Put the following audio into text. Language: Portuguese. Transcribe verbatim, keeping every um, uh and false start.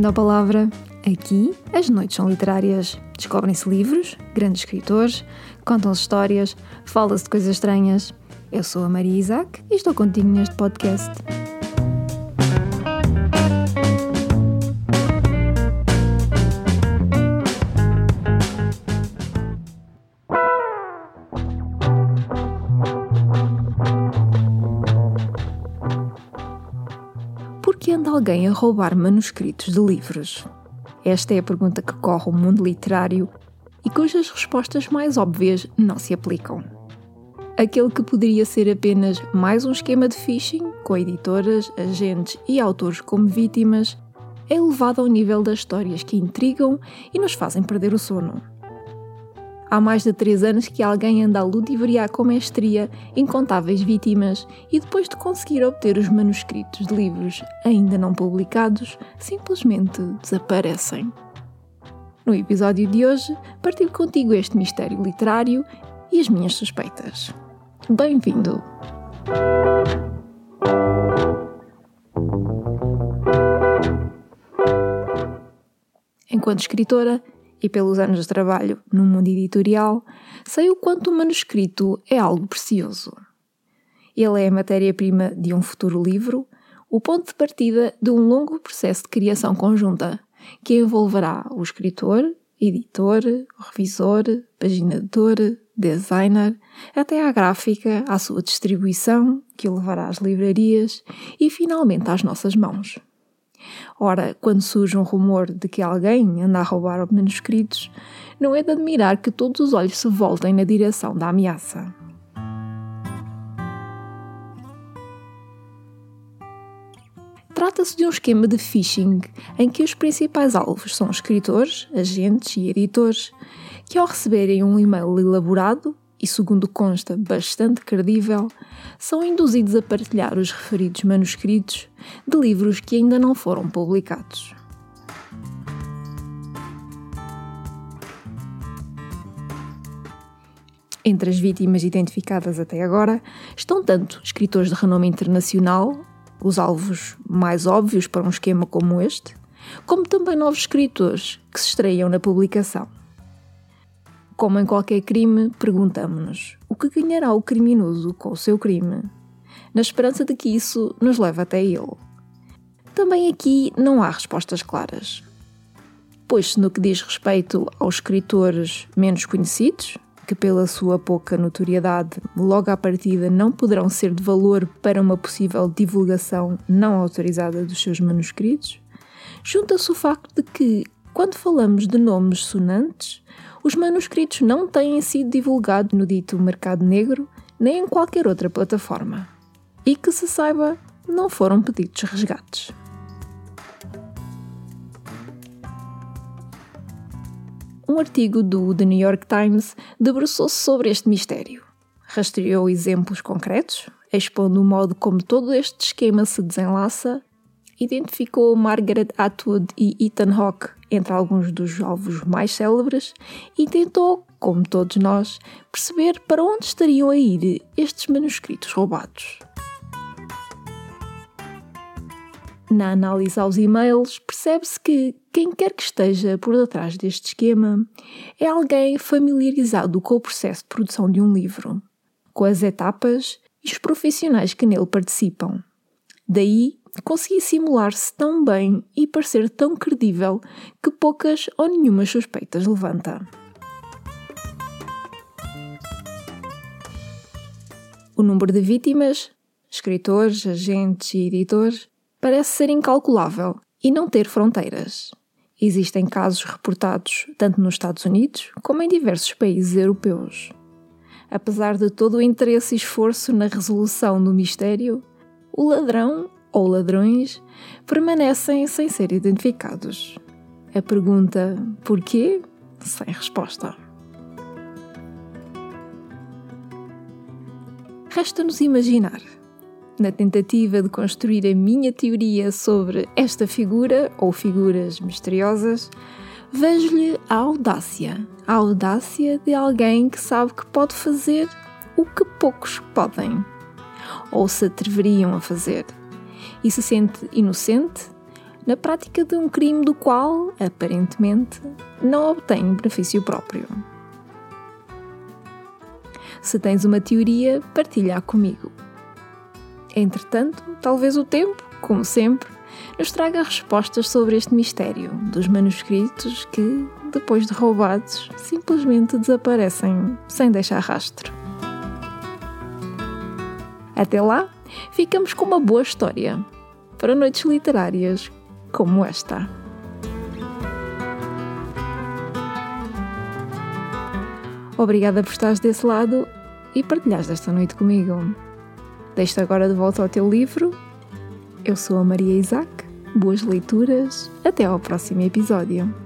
Bem-vindo à Palavra. Aqui, as noites são literárias. Descobrem-se livros, grandes escritores, contam-se histórias, fala-se de coisas estranhas. Eu sou a Maria Isaac e estou contigo neste podcast. Por que anda alguém a roubar manuscritos de livros? Esta é a pergunta que corre o mundo literário e cujas respostas mais óbvias não se aplicam. Aquele que poderia ser apenas mais um esquema de phishing, com editoras, agentes e autores como vítimas, é elevado ao nível das histórias que intrigam e nos fazem perder o sono. Há mais de três anos que alguém anda a ludibriar com mestria incontáveis vítimas e depois de conseguir obter os manuscritos de livros ainda não publicados, simplesmente desaparecem. No episódio de hoje, partilho contigo este mistério literário e as minhas suspeitas. Bem-vindo! Enquanto escritora, e pelos anos de trabalho no mundo editorial, sei o quanto o manuscrito é algo precioso. Ele é a matéria-prima de um futuro livro, o ponto de partida de um longo processo de criação conjunta, que envolverá o escritor, editor, revisor, paginador, designer, até à gráfica, à sua distribuição, que o levará às livrarias e finalmente às nossas mãos. Ora, quando surge um rumor de que alguém anda a roubar manuscritos, não é de admirar que todos os olhos se voltem na direção da ameaça. Trata-se de um esquema de phishing em que os principais alvos são escritores, agentes e editores, que ao receberem um e-mail elaborado, e segundo consta bastante credível, são induzidos a partilhar os referidos manuscritos de livros que ainda não foram publicados. Entre as vítimas identificadas até agora estão tanto escritores de renome internacional, os alvos mais óbvios para um esquema como este, como também novos escritores que se estreiam na publicação. Como em qualquer crime, perguntamo-nos o que ganhará o criminoso com o seu crime, na esperança de que isso nos leve até ele. Também aqui não há respostas claras, pois se no que diz respeito aos escritores menos conhecidos, que pela sua pouca notoriedade logo à partida não poderão ser de valor para uma possível divulgação não autorizada dos seus manuscritos, junta-se o facto de que, quando falamos de nomes sonantes, os manuscritos não têm sido divulgados no dito mercado negro nem em qualquer outra plataforma. E que se saiba, não foram pedidos resgates. Um artigo do The New York Times debruçou-se sobre este mistério. Rastreou exemplos concretos, expondo o modo como todo este esquema se desenlaça, identificou Margaret Atwood e Ethan Hawke entre alguns dos alvos mais célebres e tentou, como todos nós, perceber para onde estariam a ir estes manuscritos roubados. Na análise aos e-mails, percebe-se que quem quer que esteja por detrás deste esquema é alguém familiarizado com o processo de produção de um livro, com as etapas e os profissionais que nele participam. Daí, conseguia simular-se tão bem e parecer tão credível que poucas ou nenhumas suspeitas levanta. O número de vítimas, escritores, agentes e editores, parece ser incalculável e não ter fronteiras. Existem casos reportados tanto nos Estados Unidos como em diversos países europeus. Apesar de todo o interesse e esforço na resolução do mistério, o ladrão ou ladrões permanecem sem ser identificados. A pergunta porquê? Sem resposta. Resta-nos imaginar. Na tentativa de construir a minha teoria sobre esta figura ou figuras misteriosas, vejo-lhe a audácia, a audácia de alguém que sabe que pode fazer o que poucos podem, ou se atreveriam a fazer, e se sente inocente, na prática de um crime do qual, aparentemente, não obtém benefício próprio. Se tens uma teoria, partilha comigo. Entretanto, talvez o tempo, como sempre, nos traga respostas sobre este mistério dos manuscritos que, depois de roubados, simplesmente desaparecem sem deixar rastro. Até lá, ficamos com uma boa história para noites literárias como esta. Obrigada por estares desse lado e partilhares esta noite comigo. Deixo-te agora de volta ao teu livro. Eu sou a Maria Isaac. Boas leituras. Até ao próximo episódio.